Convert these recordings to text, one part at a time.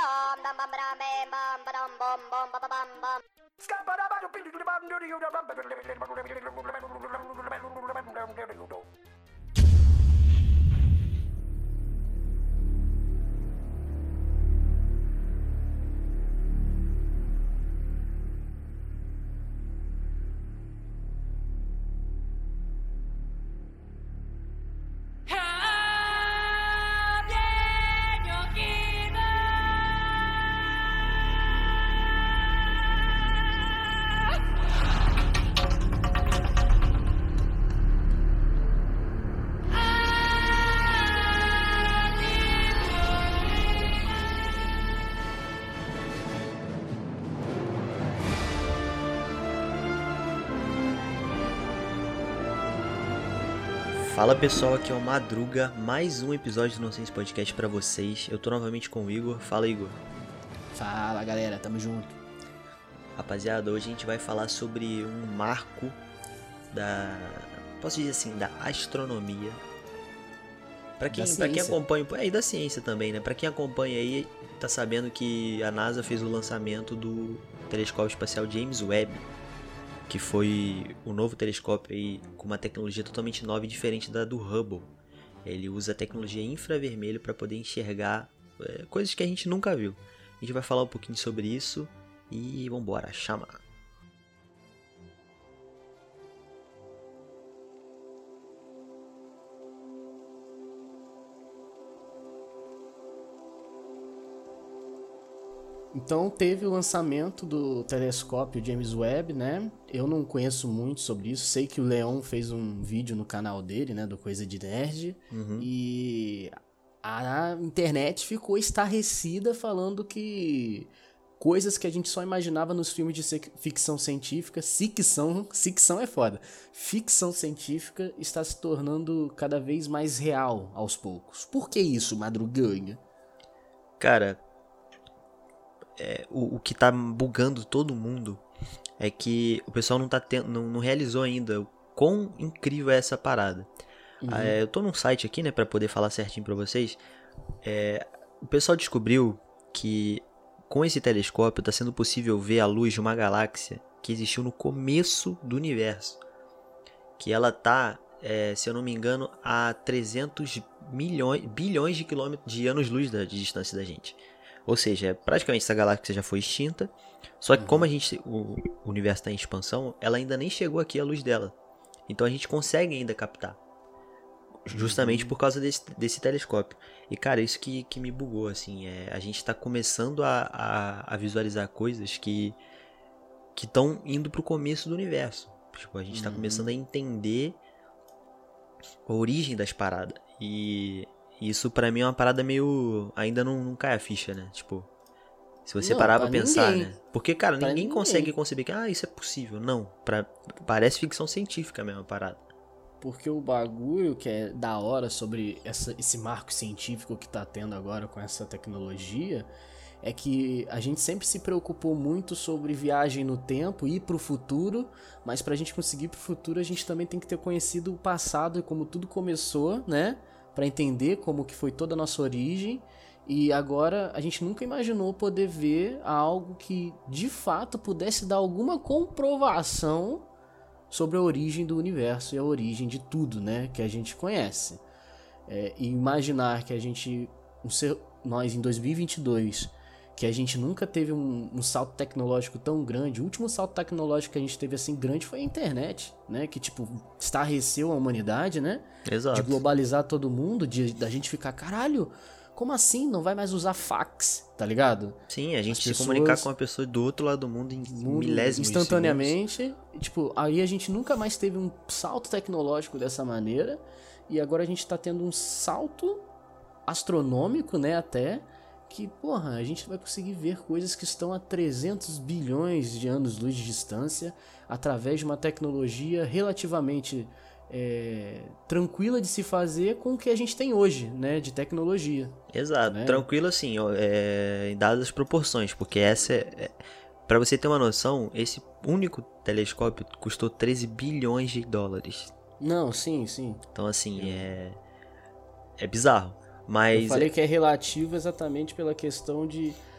Fala pessoal, aqui é o Madruga, mais um episódio do Nonsense Podcast pra vocês. Eu tô novamente com o Igor. Fala, Igor. Fala galera, tamo junto. Rapaziada, hoje a gente vai falar sobre um marco posso dizer assim, da astronomia. Pra quem acompanha, e da ciência também, né? Pra quem acompanha aí, tá sabendo que a NASA fez o lançamento do telescópio espacial James Webb, que foi o novo telescópio aí com uma tecnologia totalmente nova e diferente da do Hubble. Ele usa tecnologia infravermelho para poder enxergar coisas que a gente nunca viu. A gente vai falar um pouquinho sobre isso e vambora, chama! Então teve o lançamento do telescópio James Webb, né? Eu não conheço muito sobre isso. Sei que o Leon fez um vídeo no canal dele, né? Do Coisa de Nerd. E a internet ficou estarrecida falando que coisas que a gente só imaginava nos filmes de ficção científica, ficção é foda. Ficção científica está se tornando cada vez mais real aos poucos. Por que isso, Madruganha? Cara, o que tá bugando todo mundo é que o pessoal não realizou ainda o quão incrível é essa parada. Eu tô num site aqui, né, pra poder falar certinho pra vocês. O pessoal descobriu que com esse telescópio tá sendo possível ver a luz de uma galáxia que existiu no começo do universo. Que ela tá, se eu não me engano, a 300 bilhões de quilômetros de anos-luz de distância da gente. Ou seja, praticamente essa galáxia já foi extinta, só que como o universo está em expansão, ela ainda nem chegou aqui a luz dela. Então a gente consegue ainda captar, justamente por causa desse telescópio. E cara, isso que me bugou, assim, a gente está começando a visualizar coisas que estão indo pro começo do universo. Tipo, a gente está começando a entender a origem das paradas. E isso pra mim é uma parada meio... ainda não cai a ficha, né? Tipo, se você parar pra pensar, né? Porque, cara, ninguém consegue conceber que isso é possível. Não, parece ficção científica mesmo a parada. Porque o bagulho que é da hora sobre esse marco científico que tá tendo agora com essa tecnologia é que a gente sempre se preocupou muito sobre viagem no tempo, ir pro futuro, mas pra gente conseguir ir pro futuro a gente também tem que ter conhecido o passado e como tudo começou, né? Para entender como que foi toda a nossa origem. E agora a gente nunca imaginou poder ver algo que de fato pudesse dar alguma comprovação sobre a origem do universo e a origem de tudo, né, que a gente conhece. E imaginar que nós em 2022, que a gente nunca teve um salto tecnológico tão grande. O último salto tecnológico que a gente teve assim grande foi a internet, né? Que tipo, estarreceu a humanidade, né? Exato. De globalizar todo mundo, da gente ficar, caralho, como assim? Não vai mais usar fax, tá ligado? Sim, a gente se comunicar com uma pessoa do outro lado do mundo em milésimos instantaneamente. Tipo, aí a gente nunca mais teve um salto tecnológico dessa maneira. E agora a gente tá tendo um salto astronômico, né, até... que, porra, a gente vai conseguir ver coisas que estão a 300 bilhões de anos-luz de distância através de uma tecnologia relativamente tranquila de se fazer com o que a gente tem hoje, né, de tecnologia. Exato, né? Tranquilo assim, em dadas as proporções, porque pra você ter uma noção, esse único telescópio custou 13 bilhões de dólares. Não, sim. Então assim, é bizarro. Mas eu falei que é relativo exatamente pela questão de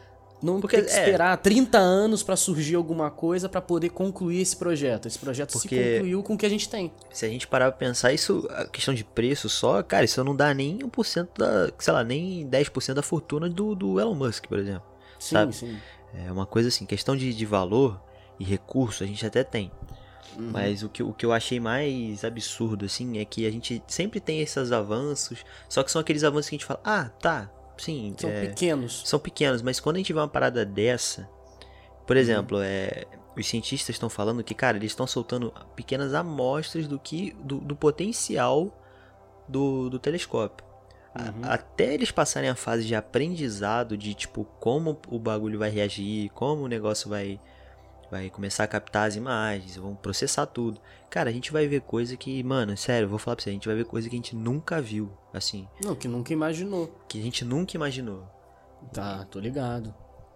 não Porque, ter que esperar 30 anos pra surgir alguma coisa pra poder concluir esse projeto. Esse projeto se concluiu com o que a gente tem. Se a gente parar pra pensar, isso, a questão de preço só, cara, isso não dá nem 1% da, sei lá, nem 10% da fortuna do Elon Musk, por exemplo. Sim, sabe? sim. É uma coisa assim, questão de valor e recurso a gente até tem. Mas o que eu achei mais absurdo, assim, é que a gente sempre tem esses avanços, só que são aqueles avanços que a gente fala, ah, tá, sim. São pequenos. São pequenos, mas quando a gente vê uma parada dessa, por exemplo, os cientistas estão falando que, cara, eles estão soltando pequenas amostras do potencial do telescópio. Até eles passarem a fase de aprendizado, de tipo, como o bagulho vai reagir, como o negócio vai começar a captar as imagens, vão processar tudo. Cara, a gente vai ver coisa que, mano, sério, eu vou falar pra você, a gente vai ver coisa que a gente nunca viu, assim. Não, que nunca imaginou. Que a gente nunca imaginou. Tá, tô ligado.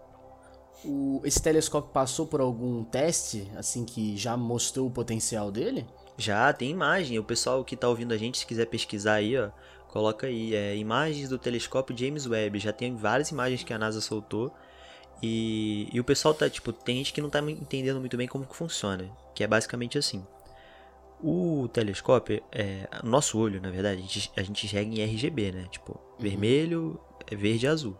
Esse telescópio passou por algum teste, assim, que já mostrou o potencial dele? Já tem imagem, o pessoal que tá ouvindo a gente, se quiser pesquisar aí, ó, coloca aí, imagens do telescópio James Webb, já tem várias imagens que a NASA soltou. E o pessoal tá, tipo, tem gente que não tá entendendo muito bem como que funciona, que é basicamente assim. O telescópio, nosso olho, na verdade, a gente enxerga em RGB, né? Tipo, vermelho, verde e azul.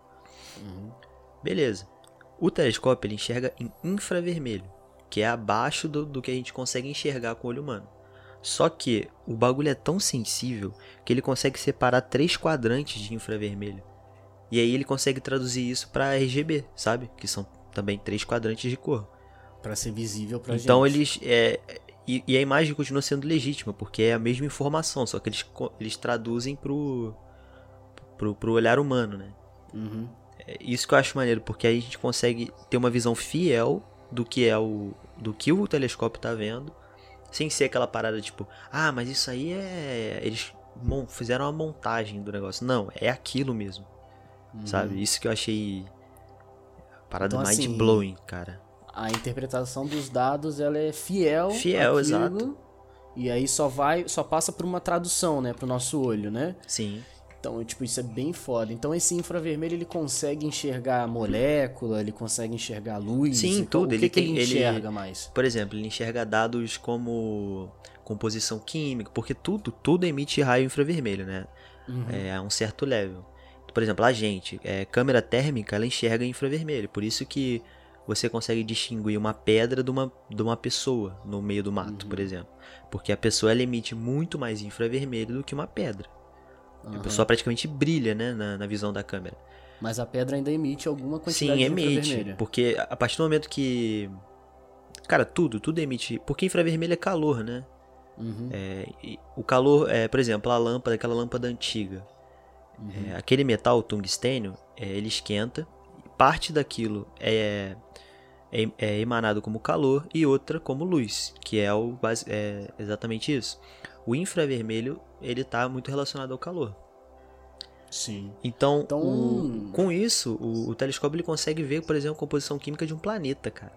Beleza. O telescópio, ele enxerga em infravermelho, que é abaixo do que a gente consegue enxergar com o olho humano. Só que o bagulho é tão sensível que ele consegue separar 3 quadrantes de infravermelho. E aí ele consegue traduzir isso para RGB, sabe? Que são também 3 quadrantes de cor. Pra ser visível pra gente. Então eles... E a imagem continua sendo legítima, porque é a mesma informação, só que eles traduzem pro olhar humano, né? É isso que eu acho maneiro, porque aí a gente consegue ter uma visão fiel do que o telescópio tá vendo, sem ser aquela parada tipo, ah, mas isso aí eles fizeram uma montagem do negócio. Não, é aquilo mesmo. Sabe? Isso que eu achei parada então, assim, mind-blowing, cara. A interpretação dos dados, ela é fiel Fiel, àquilo, exato. E aí só passa por uma tradução, né, pro nosso olho, né? Sim. Então, tipo, isso é bem foda. Então esse infravermelho, ele consegue enxergar molécula, ele consegue enxergar luz. Sim, então, tudo. O que ele enxerga mais? Por exemplo, ele enxerga dados como composição química, porque tudo emite raio infravermelho, né? A um certo level. Por exemplo, a gente, câmera térmica, ela enxerga infravermelho. Por isso que você consegue distinguir uma pedra de uma pessoa no meio do mato, por exemplo. Porque a pessoa, ela emite muito mais infravermelho do que uma pedra. A pessoa praticamente brilha, né, na visão da câmera. Mas a pedra ainda emite alguma quantidade de infravermelho. Porque a partir do momento que... Cara, tudo emite... Porque infravermelho é calor, né? O calor, por exemplo, aquela lâmpada antiga. Aquele metal, o tungstênio, ele esquenta. Parte daquilo é emanado como calor e outra como luz, que é exatamente isso. O infravermelho, ele tá muito relacionado ao calor. Sim. Então com isso, o telescópio ele consegue ver, por exemplo, a composição química de um planeta, cara.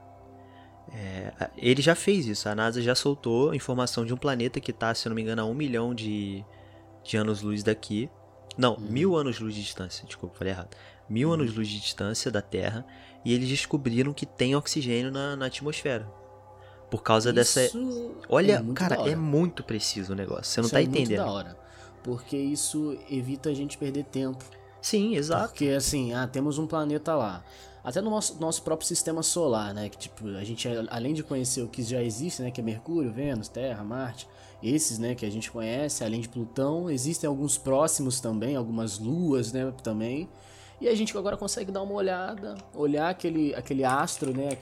Ele já fez isso, a NASA já soltou informação de um planeta que está, se eu não me engano, a 1 milhão de anos-luz daqui. Não, 1000 anos-luz de distância, desculpa, falei errado. 1000 anos-luz de distância da Terra, e eles descobriram que tem oxigênio na atmosfera. Por causa dessa... Olha, cara, é muito preciso o negócio, você não tá entendendo. É muito da hora, porque isso evita a gente perder tempo. Sim, exato. Porque assim, temos um planeta lá. Até no nosso próprio sistema solar, né? Que tipo, a gente, além de conhecer o que já existe, né? Que é Mercúrio, Vênus, Terra, Marte. Esses, né? Que a gente conhece, além de Plutão. Existem alguns próximos também, algumas luas, né? Também. E a gente agora consegue dar uma olhada, olhar aquele astro, né?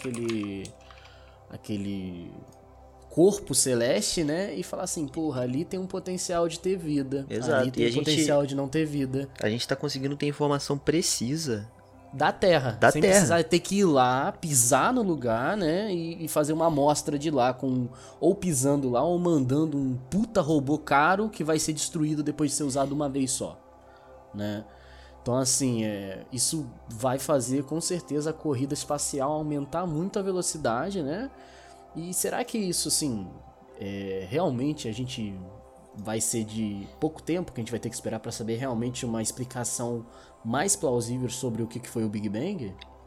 Aquele corpo celeste, né? E falar assim, porra, ali tem um potencial de ter vida. Exato. Ali tem um potencial de não ter vida. A gente tá conseguindo ter informação precisa da Terra. Sem precisar ter que ir lá, pisar no lugar, né? E fazer uma amostra de lá, ou pisando lá, ou mandando um puta robô caro que vai ser destruído depois de ser usado uma vez só, né? Então, assim, isso vai fazer, com certeza, a corrida espacial aumentar muito a velocidade, né? E será que isso, assim, realmente a gente vai ser de pouco tempo que a gente vai ter que esperar para saber realmente uma explicação mais plausível sobre o que foi o Big Bang?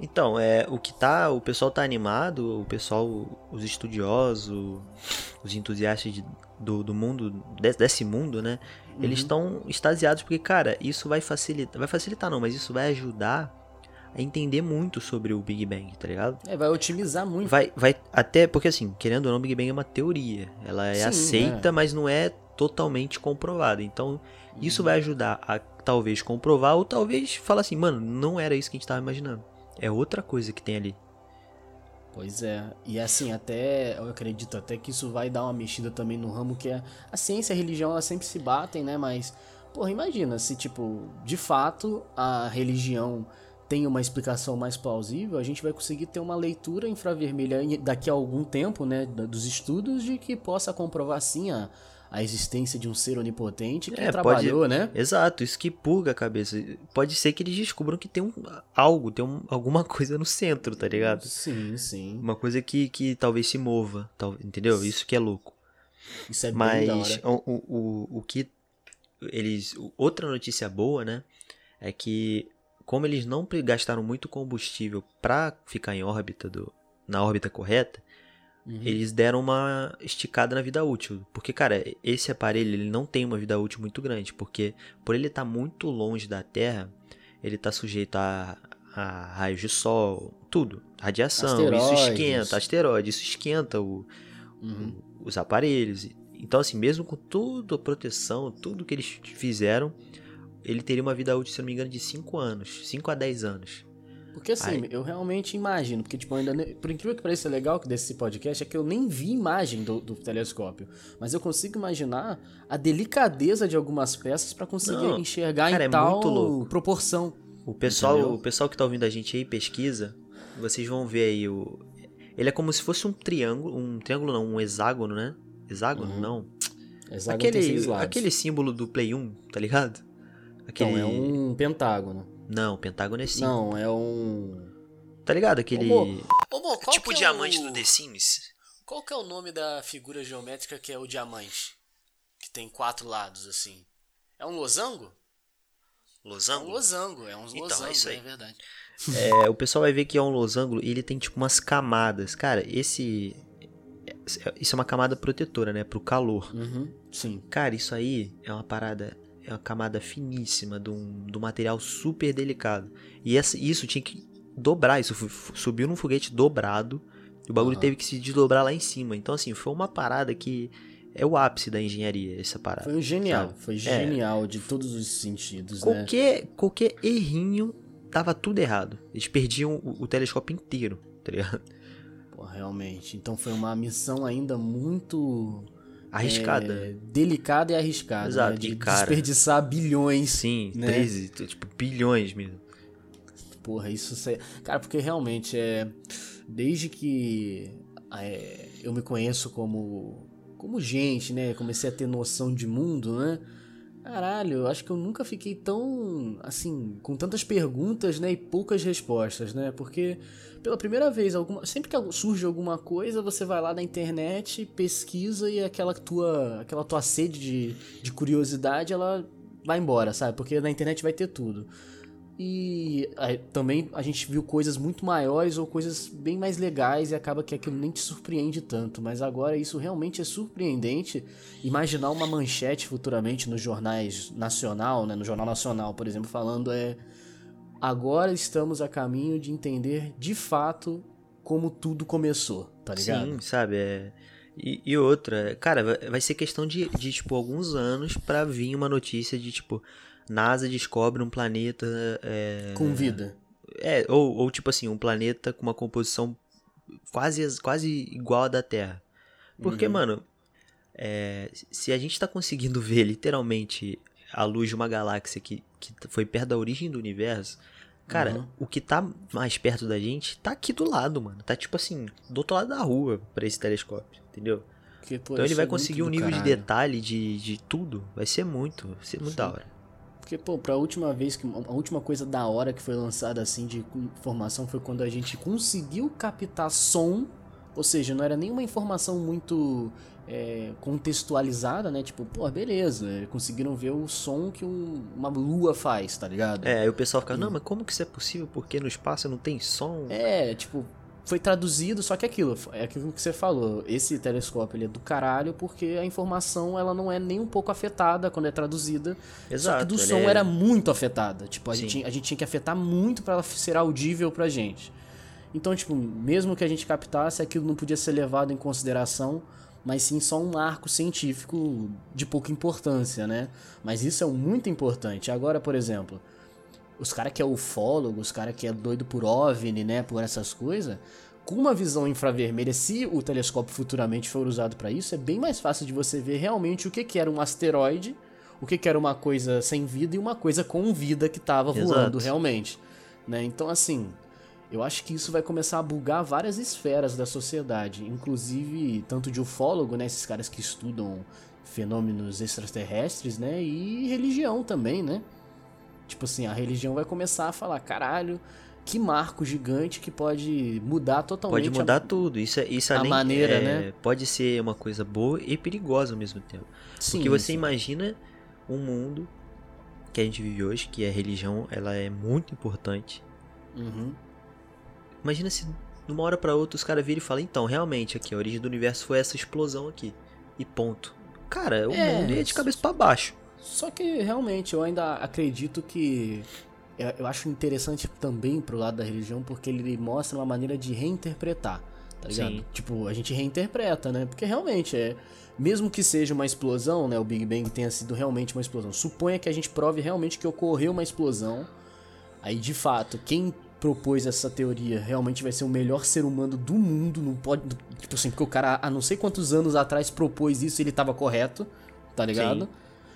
Então, o pessoal tá animado, o pessoal, os estudiosos, os entusiastas do mundo, desse mundo, né? Eles estão extasiados porque, cara, isso vai facilitar não, mas isso vai ajudar a entender muito sobre o Big Bang, tá ligado? Vai otimizar muito. Vai até, porque assim, querendo ou não, o Big Bang é uma teoria. Ela é aceita, mas não é totalmente comprovada. Então, isso vai ajudar a talvez comprovar ou talvez falar assim, mano, não era isso que a gente tava imaginando. É outra coisa que tem ali. Pois é, e assim, até eu acredito até que isso vai dar uma mexida também no ramo que é a ciência e a religião, elas sempre se batem, né? Mas, porra, imagina se, tipo, de fato a religião tem uma explicação mais plausível, a gente vai conseguir ter uma leitura infravermelha daqui a algum tempo, né? Dos estudos de que possa comprovar sim a existência de um ser onipotente que trabalhou, né? Exato, isso que pulga a cabeça. Pode ser que eles descubram que tem alguma coisa no centro, tá ligado? Sim, sim. Uma coisa que talvez se mova, entendeu? Isso que é louco. Isso é bem da hora. Mas o que eles... Outra notícia boa, né? É que como eles não gastaram muito combustível pra ficar na órbita correta, eles deram uma esticada na vida útil. Porque, cara, esse aparelho ele não tem uma vida útil muito grande. Porque por ele estar muito longe da Terra, ele está sujeito a raios de sol, tudo. Radiação, Asteroides. Isso esquenta, asteroides, isso esquenta os aparelhos. Então, assim, mesmo com toda a proteção, tudo que eles fizeram, ele teria uma vida útil, se não me engano, de 5 anos. 5 a 10 anos. Porque assim, eu realmente imagino, porque tipo, ainda por incrível que pareça, legal desse podcast é que eu nem vi imagem do telescópio, mas eu consigo imaginar a delicadeza de algumas peças pra conseguir enxergar cara, em tal muito louco. proporção. O pessoal que tá ouvindo a gente aí, pesquisa, vocês vão ver aí ele é como se fosse um triângulo não, um hexágono, né? Hexágono, não. Hexágono tem 6 lados. Aquele símbolo do Play 1, tá ligado? Então, é um pentágono. Não, pentágono é 5. Não, é um... Tá ligado? Aquele... tipo o diamante do The Sims. Qual que é o nome da figura geométrica que é o diamante? Que tem 4 lados, assim. É um losango? Losango? É um losango, Então, é isso aí. É verdade. O pessoal vai ver que é um losango e ele tem tipo umas camadas. Cara, isso é uma camada protetora, né? Pro calor. Sim. Cara, isso aí é uma parada... É uma camada finíssima do material super delicado. E isso tinha que dobrar. Isso subiu num foguete dobrado. E o bagulho teve que se desdobrar lá em cima. Então, assim, foi uma parada que é o ápice da engenharia, essa parada. Foi genial. Sabe? Foi genial de todos os sentidos, Qualquer errinho tava tudo errado. Eles perdiam o telescópio inteiro, tá ligado? Pô, realmente. Então foi uma missão ainda muito... arriscada. Delicada e arriscada. Exato, né? De desperdiçar bilhões. Sim, né? 13, tipo, bilhões mesmo. Porra, isso... Cara, porque realmente desde que eu me conheço como gente, né? Comecei a ter noção de mundo, né? Caralho, eu acho que eu nunca fiquei tão, assim, com tantas perguntas, né, e poucas respostas, né? Porque pela primeira vez, sempre que surge alguma coisa, você vai lá na internet, pesquisa e aquela tua sede de curiosidade, ela vai embora, sabe? Porque na internet vai ter tudo. E também a gente viu coisas muito maiores ou coisas bem mais legais e acaba que aquilo nem te surpreende tanto. Mas agora isso realmente é surpreendente. Imaginar uma manchete futuramente nos jornais nacional, né? No Jornal Nacional, por exemplo, falando agora estamos a caminho de entender de fato como tudo começou, tá ligado? Sim, sabe? E outra, cara, vai ser questão de tipo, alguns anos pra vir uma notícia de, tipo... NASA descobre um planeta... com vida. Ou tipo assim, um planeta com uma composição quase igual à da Terra. Porque, mano, se a gente tá conseguindo ver literalmente a luz de uma galáxia que foi perto da origem do universo, cara, o que tá mais perto da gente tá aqui do lado, mano. Tá tipo assim, do outro lado da rua pra esse telescópio, entendeu? Porque, pô, então ele vai conseguir um nível caralho. de detalhe de tudo. Vai ser muito da hora. Porque, pô, a última coisa da hora que foi lançada assim de informação foi quando a gente conseguiu captar som, ou seja, não era nenhuma informação muito contextualizada, né? Tipo, pô, beleza, conseguiram ver o som que uma lua faz, tá ligado? Aí o pessoal fica, não, mas como que isso é possível? Porque no espaço não tem som? Tipo, foi traduzido, só que é aquilo que você falou, esse telescópio ele é do caralho porque a informação ela não é nem um pouco afetada quando é traduzida, Exato, só que do som era muito afetada, tipo, a gente tinha que afetar muito pra ela ser audível pra gente. Então, tipo, mesmo que a gente captasse, aquilo não podia ser levado em consideração, mas sim só um marco científico de pouca importância, né? Mas isso é muito importante. Agora, por exemplo, os caras que é ufólogo, os caras que é doido por OVNI, né, por essas coisas, com uma visão infravermelha, se o telescópio futuramente for usado para isso, é bem mais fácil de você ver realmente o que era um asteroide, o que era uma coisa sem vida e uma coisa com vida que tava voando realmente, né? Então, assim, eu acho que isso vai começar a bugar várias esferas da sociedade, inclusive tanto de ufólogo, né, esses caras que estudam fenômenos extraterrestres, né, e religião também, né? Tipo assim, a religião vai começar a falar, caralho, que marco gigante que pode mudar totalmente. Pode mudar tudo. Isso a maneira, né? Pode ser uma coisa boa e perigosa ao mesmo tempo. Sim, porque você imagina um mundo que a gente vive hoje, que a religião ela é muito importante. Imagina se de uma hora pra outra os caras viram e falam, então, realmente, aqui, a origem do universo foi essa explosão aqui. E ponto. Cara, o mundo ia de cabeça pra baixo. Só que realmente eu ainda acredito que eu acho interessante também pro lado da religião porque ele mostra uma maneira de reinterpretar, tá ligado? Sim. Tipo, a gente reinterpreta, né? Porque realmente mesmo que seja uma explosão, né, o Big Bang tenha sido realmente uma explosão. Suponha que a gente prove realmente que ocorreu uma explosão. Aí, de fato, quem propôs essa teoria realmente vai ser o melhor ser humano do mundo, não pode, tipo assim, porque o cara há não sei quantos anos atrás propôs isso e ele tava correto, tá ligado? Sim.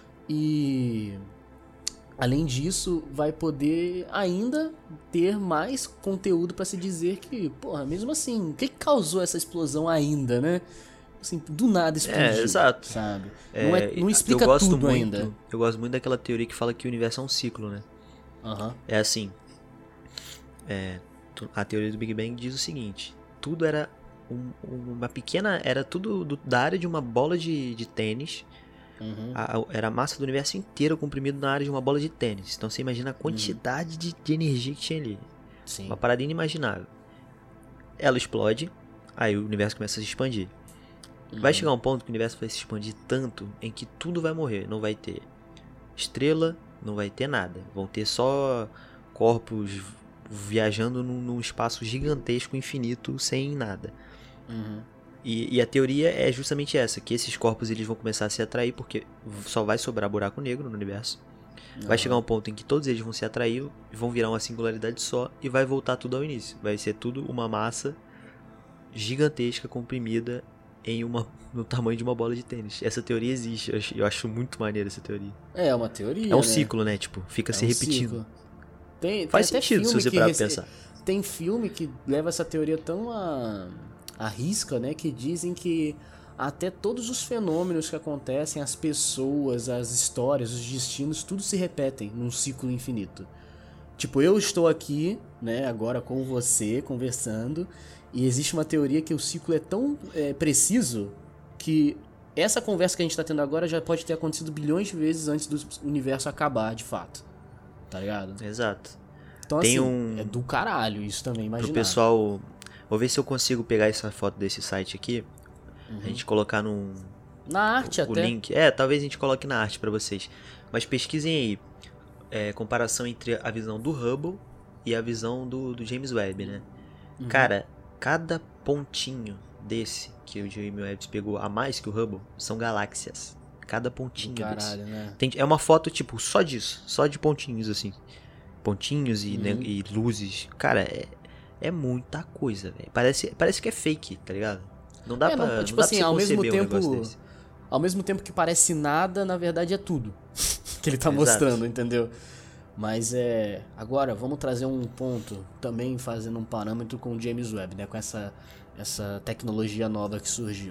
E além disso, vai poder ainda ter mais conteúdo pra se dizer que, porra, mesmo assim, o que causou essa explosão ainda, né? Assim, do nada explodiu, exato. Sabe? Não explica tudo ainda. Eu gosto muito daquela teoria que fala que o universo é um ciclo, né? É assim, a teoria do Big Bang diz o seguinte, tudo era uma pequena, era tudo da área de uma bola de tênis. Era a massa do universo inteiro comprimido na área de uma bola de tênis. Então você imagina a quantidade de energia que tinha ali. Sim. Uma parada inimaginável. Ela explode, aí o universo começa a se expandir. Vai chegar um ponto que o universo vai se expandir tanto em que tudo vai morrer. Não vai ter estrela, não vai ter nada. Vão ter só corpos viajando num espaço gigantesco, infinito, sem nada. E a teoria é justamente essa, que esses corpos eles vão começar a se atrair porque só vai sobrar buraco negro no universo. Vai chegar um ponto em que todos eles vão se atrair, vão virar uma singularidade só e vai voltar tudo ao início. Vai ser tudo uma massa gigantesca, comprimida no tamanho de uma bola de tênis. Essa teoria existe, eu acho muito maneira essa teoria. É uma teoria, é um ciclo, né? Tipo, fica se repetindo. Faz sentido se você parar pra pensar. Tem filme que leva essa teoria tão à risca, né, que dizem que até todos os fenômenos que acontecem, as pessoas, as histórias, os destinos, tudo se repetem num ciclo infinito. Tipo, eu estou aqui, né, agora com você, conversando, e existe uma teoria que o ciclo é tão preciso que essa conversa que a gente está tendo agora já pode ter acontecido bilhões de vezes antes do universo acabar, de fato. Tá ligado? Exato. Então, tem assim, é do caralho isso também, imagina. Pro pessoal... Vou ver se eu consigo pegar essa foto desse site aqui. A gente colocar na arte o link. Talvez a gente coloque na arte pra vocês. Mas pesquisem aí. Comparação entre a visão do Hubble e a visão do James Webb, né? Cara, cada pontinho desse que o James Webb pegou a mais que o Hubble são galáxias. Cada pontinho desse. Né? É uma foto, tipo, só disso. Só de pontinhos, assim. Pontinhos e luzes. Cara, é muita coisa, velho. Parece que é fake, tá ligado? Não dá pra, tipo não dá assim, pra ao mesmo tempo, desse. Ao mesmo tempo que parece nada, na verdade é tudo que ele tá mostrando, entendeu? Mas agora vamos trazer um ponto, também fazendo um parâmetro com o James Webb, né? Com essa tecnologia nova que surgiu.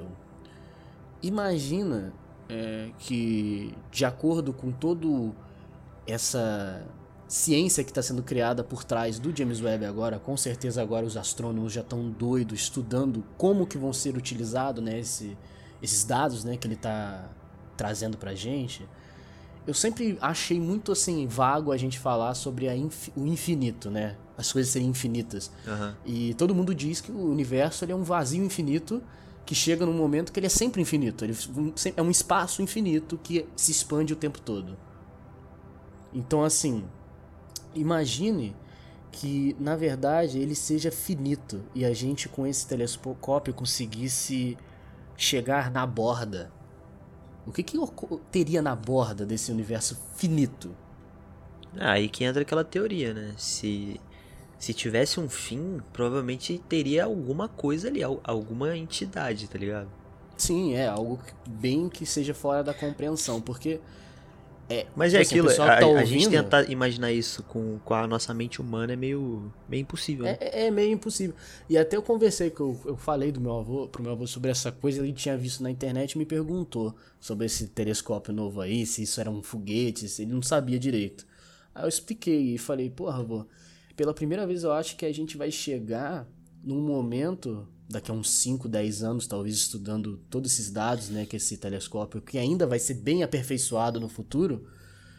Imagina que, de acordo com todo essa ciência que está sendo criada por trás do James Webb agora, com certeza agora os astrônomos já estão doidos estudando como que vão ser utilizados, né, esses dados, né, que ele tá trazendo pra gente, eu sempre achei muito assim vago a gente falar sobre o infinito, né? As coisas serem infinitas. Aham. E todo mundo diz que o universo ele é um vazio infinito que chega num momento que ele é sempre infinito. Ele é um espaço infinito que se expande o tempo todo. Então, assim, imagine que, na verdade, ele seja finito e a gente, com esse telescópio, conseguisse chegar na borda. O que teria na borda desse universo finito? Aí que entra aquela teoria, né? Se tivesse um fim, provavelmente teria alguma coisa ali, alguma entidade, tá ligado? Sim, é algo bem que seja fora da compreensão, porque Mas tipo é assim, o aquilo, pessoal que tá a gente ouvindo tentar imaginar isso com a nossa mente humana é meio impossível, né? é meio impossível. E até eu conversei que eu falei pro meu avô sobre essa coisa, ele tinha visto na internet e me perguntou sobre esse telescópio novo aí, se isso era um foguete, se ele não sabia direito. Aí eu expliquei e falei, porra, avô, pela primeira vez eu acho que a gente vai chegar num momento, daqui a uns 5, 10 anos, talvez estudando todos esses dados, né, que esse telescópio, que ainda vai ser bem aperfeiçoado no futuro,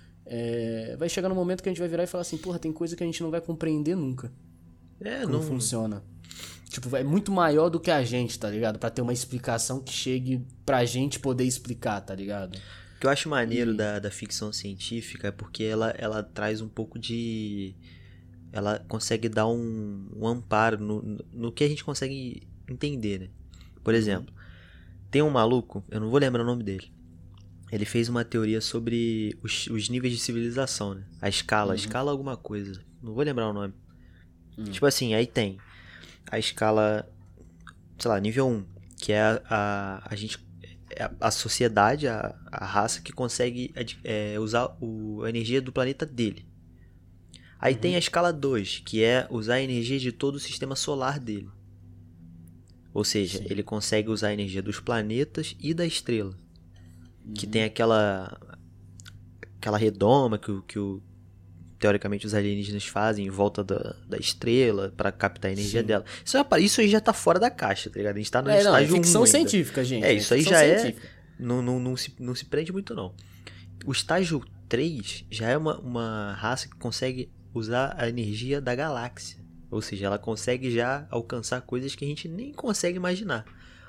vai chegar num momento que a gente vai virar e falar assim, porra, tem coisa que a gente não vai compreender nunca. Como Não. funciona. Tipo, é muito maior do que a gente, tá ligado? Pra ter uma explicação que chegue pra gente poder explicar, tá ligado? O que eu acho maneiro da ficção científica é porque ela traz um pouco de. Ela consegue dar um amparo no que a gente consegue entender, né? Por exemplo, tem um maluco, eu não vou lembrar o nome dele. Ele fez uma teoria sobre os níveis de civilização, né? A escala alguma coisa. Não vou lembrar o nome. Tipo assim, aí tem a escala, sei lá, nível 1, que é a gente, a sociedade, a raça que consegue usar a energia do planeta dele. Aí tem a escala 2, que é usar a energia de todo o sistema solar dele. Ou seja, ele consegue usar a energia dos planetas e da estrela. Que tem aquela redoma que teoricamente os alienígenas fazem em volta da estrela para captar a energia dela. Isso aí já tá fora da caixa, tá ligado? A gente tá no estágio 1 ficção ainda. científica, gente. Isso aí já científica. não se prende muito não. O estágio 3 já é uma raça que consegue usar a energia da galáxia. Ou seja, ela consegue já alcançar coisas que a gente nem consegue imaginar.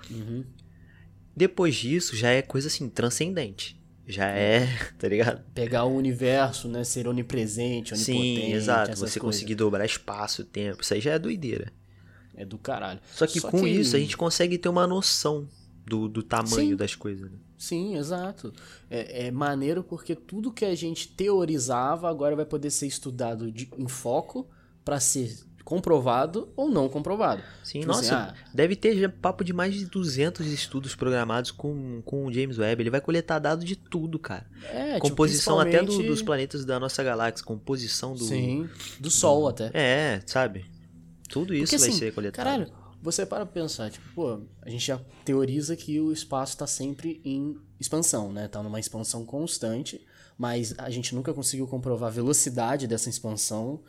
Depois disso, já é coisa assim, transcendente. Já tá ligado? Pegar o universo, né? Ser onipresente, onipotente. Sim, exato. Essas Você coisas. conseguir dobrar espaço, tempo. Isso aí já é doideira. É do caralho. Só que com isso, a gente consegue ter uma noção do tamanho das coisas, né? Sim, exato. É maneiro porque tudo que a gente teorizava agora vai poder ser estudado em foco para ser comprovado ou não comprovado. Sim, tipo nossa, assim, deve ter já papo de mais de 200 estudos programados com o James Webb. Ele vai coletar dados de tudo, cara. Composição tipo, até dos planetas da nossa galáxia, composição do... Sim, do Sol até. Sabe? Tudo isso Porque, vai assim, ser coletado. Caralho, você para pra pensar, tipo, pô, a gente já teoriza que o espaço tá sempre em expansão, né? Tá numa expansão constante, mas a gente nunca conseguiu comprovar a velocidade dessa expansão,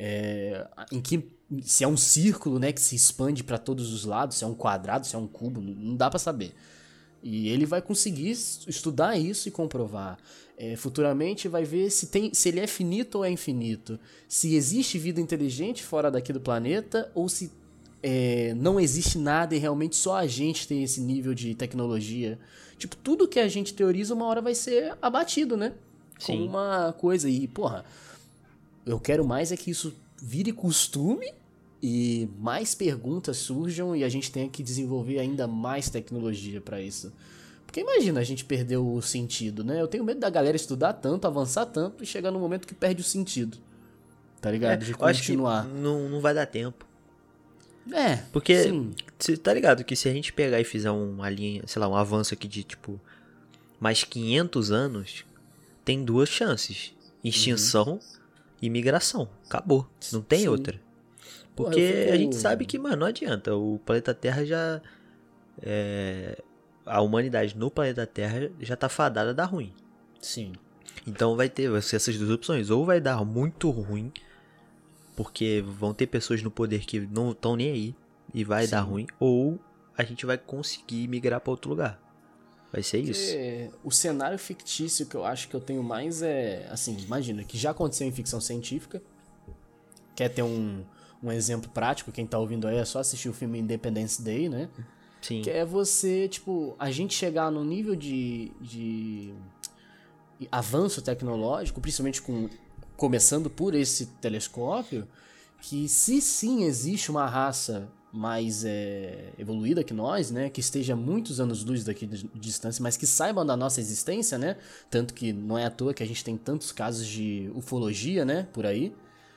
se é um círculo, né, que se expande para todos os lados, se é um quadrado, se é um cubo, não dá pra saber. E ele vai conseguir estudar isso e comprovar. Futuramente vai ver se ele é finito ou é infinito. Se existe vida inteligente fora daqui do planeta ou se não existe nada e realmente só a gente tem esse nível de tecnologia. Tipo, tudo que a gente teoriza uma hora vai ser abatido, né? Sim. Como uma coisa. E, porra, eu quero mais é que isso vire costume e mais perguntas surjam e a gente tenha que desenvolver ainda mais tecnologia pra isso. Porque imagina a gente perder o sentido, né? Eu tenho medo da galera estudar tanto, avançar tanto e chegar no momento que perde o sentido. Tá ligado? De continuar. Eu acho que não vai dar tempo. Porque, sim. Você tá ligado que se a gente pegar e fizer uma linha, sei lá, um avanço aqui de, tipo, mais 500 anos, tem duas chances. Extinção e migração. Acabou. Não tem outra. Porque a gente sabe que, mano, não adianta. O planeta Terra já... A humanidade no planeta Terra já tá fadada a dar ruim. Sim. Então vai ser essas duas opções. Ou vai dar muito ruim, porque vão ter pessoas no poder que não estão nem aí e vai dar ruim. Ou a gente vai conseguir migrar pra outro lugar. Vai ser isso. O cenário fictício que eu acho que eu tenho mais é, assim, imagina, que já aconteceu em ficção científica. Quer ter um exemplo prático, quem tá ouvindo aí é só assistir o filme Independence Day, né? Sim. Que é você, tipo, a gente chegar no nível de avanço tecnológico, principalmente começando por esse telescópio, que se sim existe uma raça mais evoluída que nós, né, que esteja muitos anos-luz daqui de distância, mas que saibam da nossa existência, né, tanto que não é à toa que a gente tem tantos casos de ufologia, né, por aí,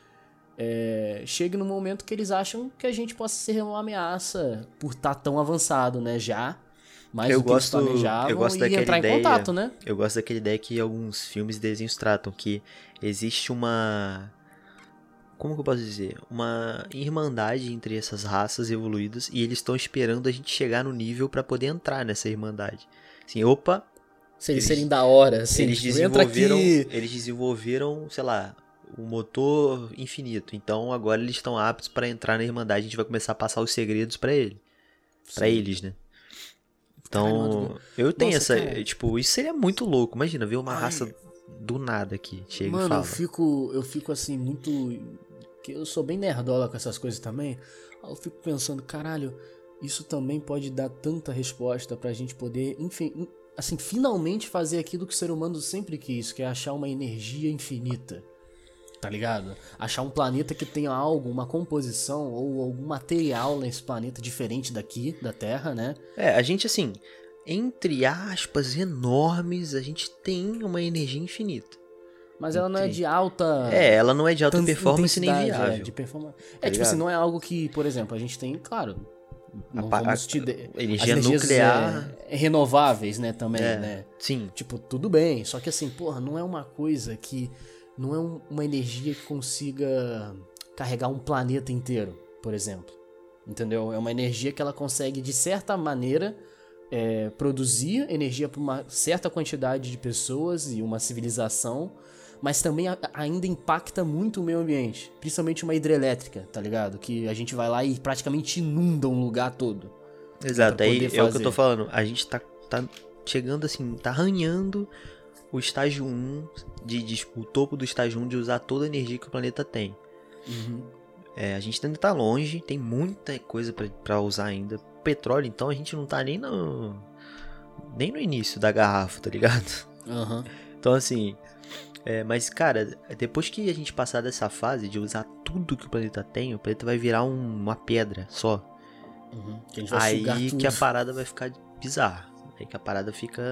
chegue no momento que eles acham que a gente possa ser uma ameaça por estar tão avançado, né, já, mais do que eles planejavam e entrar em contato, né. Eu gosto daquela ideia que alguns filmes e desenhos tratam, que existe uma... Como que eu posso dizer? Uma irmandade entre essas raças evoluídas e eles estão esperando a gente chegar no nível pra poder entrar nessa irmandade. Assim, opa... Se eles serem da hora, assim, eles desenvolveram, sei lá, um motor infinito. Então agora eles estão aptos pra entrar na irmandade. A gente vai começar a passar os segredos pra ele. Pra eles, né? Então, eu tenho essa... Cara... Tipo, isso seria muito louco. Imagina, ver uma raça do nada aqui. Chega e fala. Eu fico assim, muito... que eu sou bem nerdola com essas coisas também. Eu fico pensando, caralho, isso também pode dar tanta resposta pra gente poder, enfim, assim, finalmente fazer aquilo que o ser humano sempre quis, que é achar uma energia infinita. Tá ligado? Achar um planeta que tenha algo, uma composição ou algum material nesse planeta diferente daqui, da Terra, né? A gente, assim, entre aspas enormes, a gente tem uma energia infinita. Mas ela não é de alta... ela não é de alta performance nem viável. De performance. Tipo assim, não é algo que, por exemplo, a gente tem, claro... Não vamos energia nuclear... renováveis, né, também, né? Sim. Tipo, tudo bem. Só que assim, porra, não é uma coisa que... Não é uma energia que consiga carregar um planeta inteiro, por exemplo. Entendeu? É uma energia que ela consegue, de certa maneira... produzir energia para uma certa quantidade de pessoas e uma civilização, mas também ainda impacta muito o meio ambiente, principalmente uma hidrelétrica, tá ligado? Que a gente vai lá e praticamente inunda um lugar todo. Exato, aí é o que eu tô falando, a gente tá chegando assim, tá arranhando o estágio 1, o topo do estágio 1 de usar toda a energia que o planeta tem. Uhum. A gente ainda tá longe, tem muita coisa pra usar ainda. Petróleo, então, a gente não tá nem no início da garrafa, tá ligado? Uhum. Então, assim... mas, cara, depois que a gente passar dessa fase de usar tudo que o planeta tem, o planeta vai virar uma pedra só. Uhum. Que a gente vai sugar tudo. Que a parada vai ficar bizarra. Aí que a parada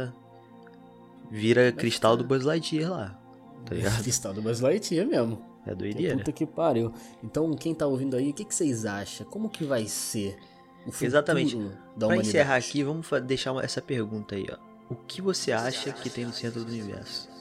vira cristal do Buzz Lightyear lá, tá ligado? Cristal do Buzz Lightyear mesmo. É doideira. Puta que pariu. Então, quem tá ouvindo aí, o que vocês acham? Como que vai ser o futuro Exatamente. Da humanidade? Pra encerrar aqui, vamos deixar essa pergunta aí, ó. O que você acha que tem no centro do universo?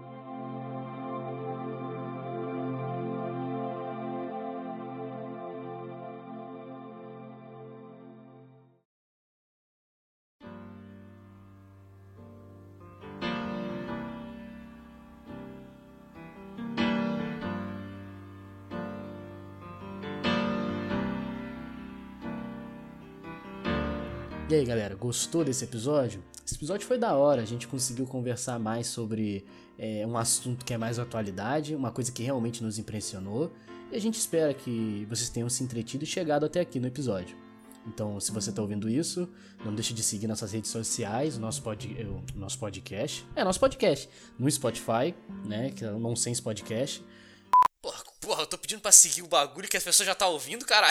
E aí, galera, gostou desse episódio? Esse episódio foi da hora, a gente conseguiu conversar mais sobre um assunto que é mais atualidade, uma coisa que realmente nos impressionou, e a gente espera que vocês tenham se entretido e chegado até aqui no episódio. Então, se você tá ouvindo isso, não deixe de seguir nossas redes sociais, nosso podcast, no Spotify, né, que é o Nonsense Podcast. Porra, eu tô pedindo pra seguir o bagulho que as pessoas já tá ouvindo, caralho.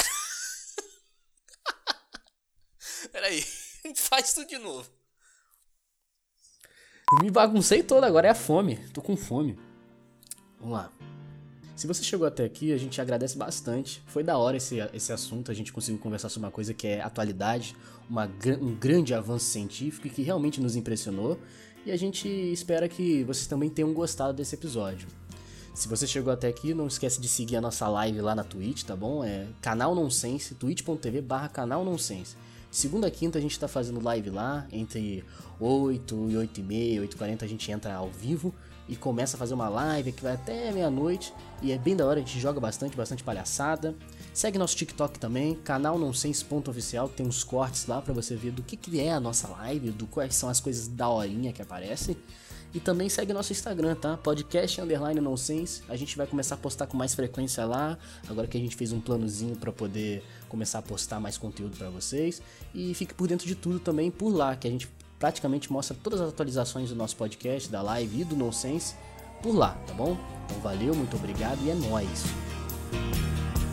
Peraí, faz tudo de novo. Eu me baguncei todo, agora é a fome. Tô com fome. Vamos lá. Se você chegou até aqui, a gente agradece bastante. Foi da hora esse assunto, a gente conseguiu conversar sobre uma coisa que é atualidade, um grande avanço científico e que realmente nos impressionou. E a gente espera que vocês também tenham gostado desse episódio. Se você chegou até aqui, não esquece de seguir a nossa live lá na Twitch, tá bom? É Canal Nonsense, twitch.tv/Canal Nonsense. Segunda a quinta a gente tá fazendo live lá, entre 8 e 8h30, 8h40 a gente entra ao vivo, e começa a fazer uma live que vai até meia-noite e é bem da hora, a gente joga bastante palhaçada. Segue nosso TikTok também, canal nonsense.oficial, tem uns cortes lá pra você ver do que é a nossa live, do quais são as coisas daorinha que aparecem. E também segue nosso Instagram, tá? Podcast_nonsense. A gente vai começar a postar com mais frequência lá. Agora que a gente fez um planozinho pra poder começar a postar mais conteúdo pra vocês. E fique por dentro de tudo também por lá, que a gente praticamente mostra todas as atualizações do nosso podcast, da live e do Nonsense por lá, tá bom? Então valeu, muito obrigado e é nóis!